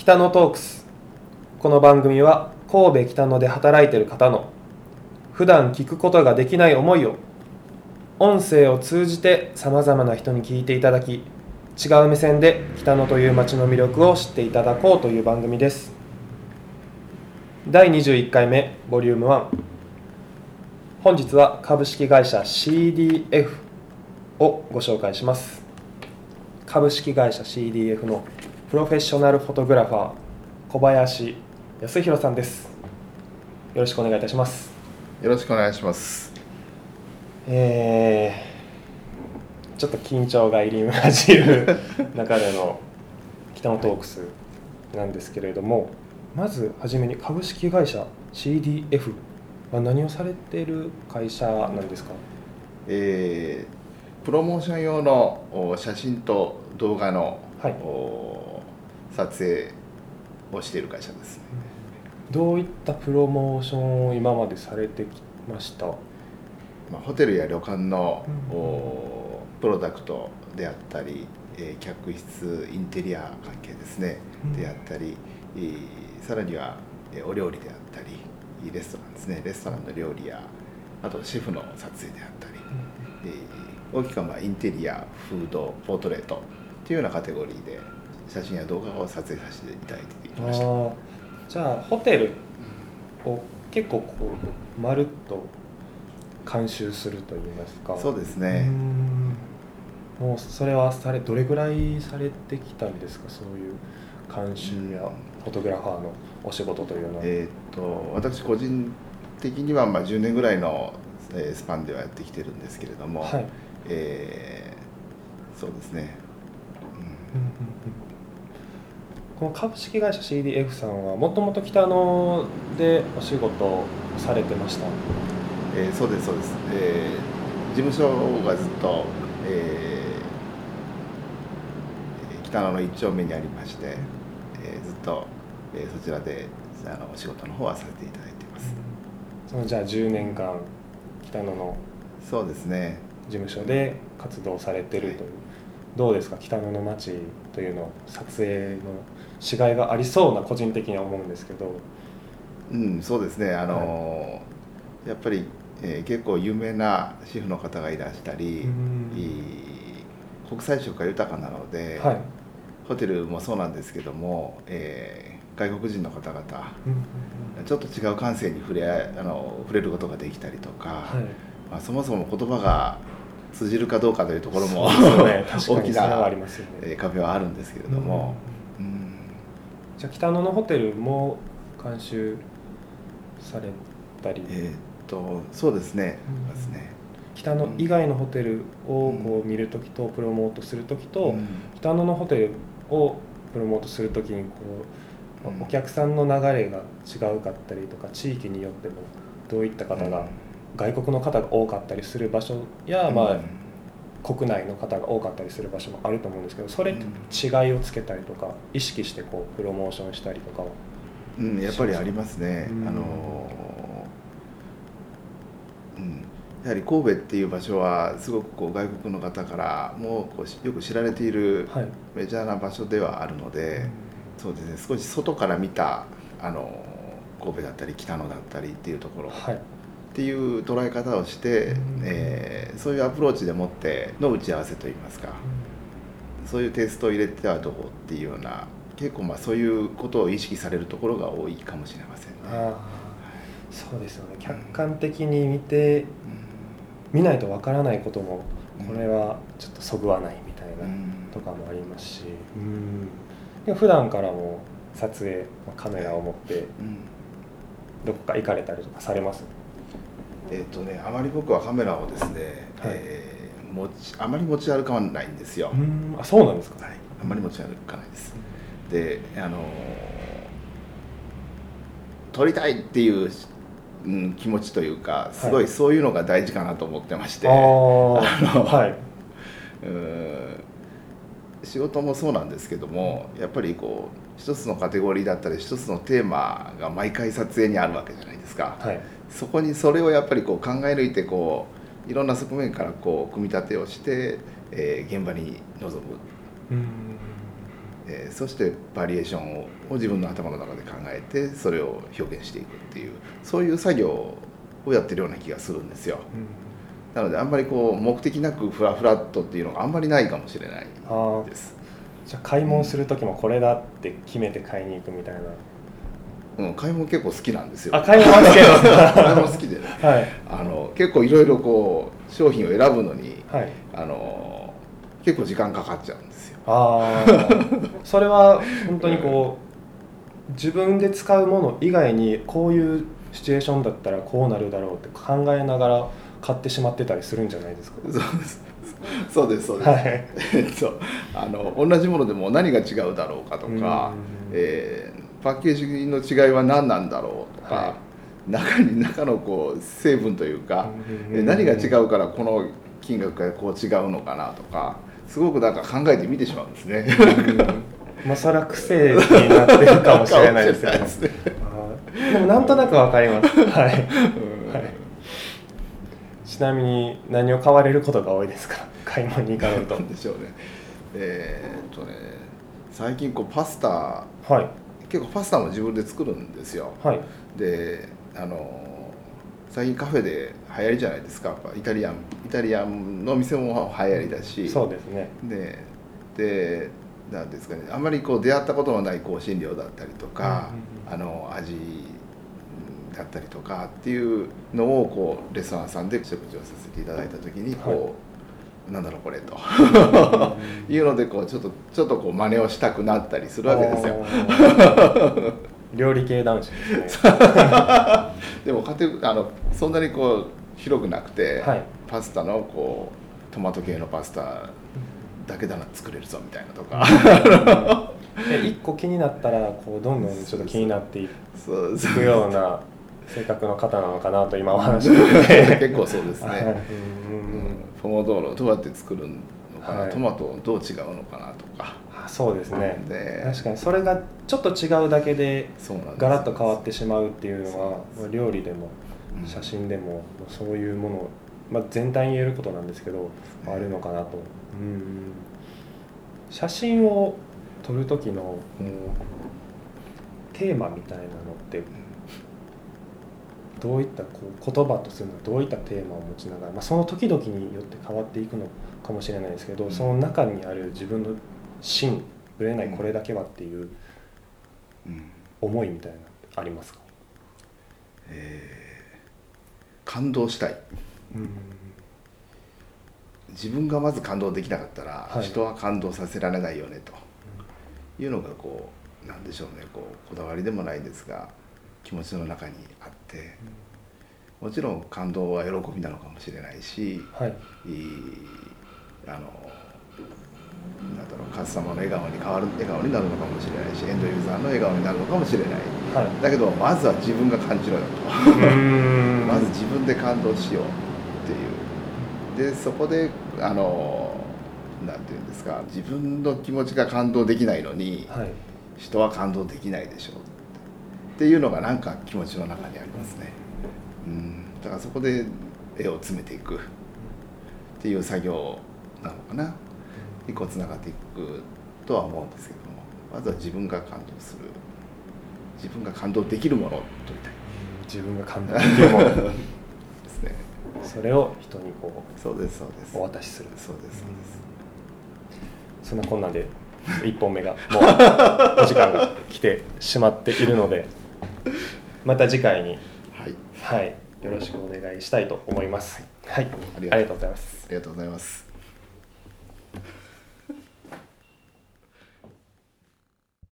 北野トークス。この番組は神戸北野で働いている方の普段聞くことができない思いを音声を通じてさまざまな人に聞いていただき、違う目線で北野という街の魅力を知っていただこうという番組です。第21回目ボリューム1。本日は株式会社 CDF をご紹介します。株式会社 CDF のプロフェッショナルフォトグラファー小林康弘さんです。よろしくお願いいたします。 よろしくお願いします。 ちょっと緊張が入り混じる中での北野トークスなんですけれども、まずはじめに株式会社 CDF は何をされている会社なんですか？ プロモーション用の写真と動画の、 はい、 撮影をしている会社ですね。 どういったプロモーションを今までされてきました？ ホテルや旅館の、プロダクトであったり、客室インテリア関係ですね、であったり、さらにはお料理であったりレストランですね、レストランの料理やあとシェフの撮影であったり、大きくはインテリア、フード、ポートレートというようなカテゴリーで写真や動画を撮影させていただいてきました。 じゃあホテルを結構まるっと監修するといいますか。 そうですね。 もうそれはどれぐらいされてきたんですか？そういう監修やフォトグラファーのお仕事というのは。 私個人的には10年ぐらいのスパンではやってきてるんですけれども、はい、そうですね、 この株式会社 CDF さんはもともと北野でお仕事をされてました？ そうですそうです、事務所がずっと、北野の1丁目にありまして、ずっと、そちらでお仕事の方はさせていただいています。 じゃあ10年間北野のそうですね事務所で活動されてるという、はい、どうですか？北野の街というのを撮影のしがいがありそうな個人的には思うんですけど。 そうですね、やっぱり、結構有名なシェフの方がいらしたり、国際色が豊かなので、はい、ホテルもそうなんですけども、外国人の方々、ちょっと違う感性に触れることができたりとか、はい、そもそも言葉が通じるかどうかというところも、ね、大きな壁はあるんですけれども、 じゃあ北野のホテルも監修されたり？ そうですね、 北野以外のホテルをこう見るときとプロモートするときと、北野のホテルをプロモートするときにお客さんの流れが違うかったりとか、地域によってもどういった方が、外国の方が多かったりする場所や、国内の方が多かったりする場所もあると思うんですけど、それって違いをつけたりとか意識してプロモーションしたりとかは、 やっぱりありますね。やはり神戸っていう場所はすごく外国の方からもよく知られているメジャーな場所ではあるので、そうですね、少し外から見た神戸だったり北野だったりっていうところ、っていう捉え方をして、そういうアプローチでもっての打ち合わせといいますか、そういうテイストを入れてはどうっていうような、結構そういうことを意識されるところが多いかもしれませんね。 そうですよね。客観的に見て、見ないとわからないことも、これはちょっとそぐわないみたいなとかもありますし、普段からも撮影カメラを持ってどこか行かれたりとかされます？ あまり僕はカメラをですね、あまり持ち歩かないんですよ。 そうなんですか？ はい、あまり持ち歩かないです。で、撮りたいっていう気持ちというか、すごいそういうのが大事かなと思ってまして、仕事もそうなんですけども、やっぱり一つのカテゴリーだったり一つのテーマが毎回撮影にあるわけじゃないですか。それをやっぱり考え抜いていろんな側面から組み立てをして、現場に臨む。 そしてバリエーションを自分の頭の中で考えてそれを表現していくっていう、そういう作業をやってるような気がするんですよ。なのであんまりこう目的なくフラフラっとっていうのがあんまりないかもしれないです。 じゃあ買い物する時もこれだって決めて買いに行くみたいな。 買い物結構好きなんですよ。 買い物好きです買い物好きでね、 はい、 結構いろいろこう商品を選ぶのに、 はい、 結構時間かかっちゃうんですよ。 それは本当にこう自分で使うもの以外にこういうシチュエーションだったらこうなるだろうって考えながら買ってしまってたりするんじゃないですか。 そうですそうです、はい、同じものでも何が違うだろうかとか、パッケージの違いは何なんだろうとか、はい、中のこう成分というか、何が違うからこの金額がこう違うのかなとか、すごくなんか考えてみてしまうんですね。 まあそれは癖になってるかもしれないですよね。でもなんとなくわかります。はい、はい。ちなみに何を買われることが多いですか、買い物に行かれると。 なんでしょうね。最近こうパスタ、はい、結構パスタも自分で作るんですよ。はい、で最近カフェで流行りじゃないですか。イタリアンの店も流行りだし、 そうですね。 でなんですかね、あんまりこう出会ったことのない香辛料だったりとか、味だったりとかっていうのをこうレストランさんで食事をさせていただいた時にこう、はい、なんだろうこれというのでこうちょっとこう真似をしたくなったりするわけですよ。 料理系男子ですね。 でもそんなにこう広くなくて、はい、パスタのこうトマト系のパスタだけだな作れるぞみたいなとか。 一個気になったらこうどんどんちょっと気になっていくような性格の方なのかなと今お話してて。 結構そうですね。ポモドーロどうやって作るのかな、はい、トマトどう違うのかなとか。 そうですね。確かにそれがちょっと違うだけでガラッと変わってしまうっていうのは料理でも写真でもそういうもの、まあ、全体に言えることなんですけどあるのかなと。写真を撮る時のテーマみたいなのってどういったこう言葉とするのはどういったテーマを持ちながら、まあ、その時々によって変わっていくのかもしれないですけど、その中にある自分の芯ぶれないこれだけはっていう思いみたいなのってありますか？ 感動したい。自分がまず感動できなかったら、はい、人は感動させられないよねというのがこうなんでしょうね、こだわりでもないんですが気持ちの中にあって、もちろん感動は喜びなのかもしれないし、はい、なんだろう、カスタマーの笑顔になるのかもしれないし、エンドユーザーの笑顔になるのかもしれない、はい、だけどまずは自分が感じろよとまず自分で感動しようっていう。でそこでなんていうんですか、自分の気持ちが感動できないのに、はい、人は感動できないでしょうっていうのがなんか気持ちの中にありますね。だからそこで絵を詰めていくっていう作業なのかな、一個つながっていくとは思うんですけども、まずは自分が感動する、自分が感動できるものを撮りたい。 自分が感動できるものですね。それを人にこうそうですお渡しする。 そうです。 そんなこんなで1本目がもうお時間が来てしまっているのでまた次回に、はい、よろしくお願いしたいと思います。はい、ありがとうございます。 ありがとうございます。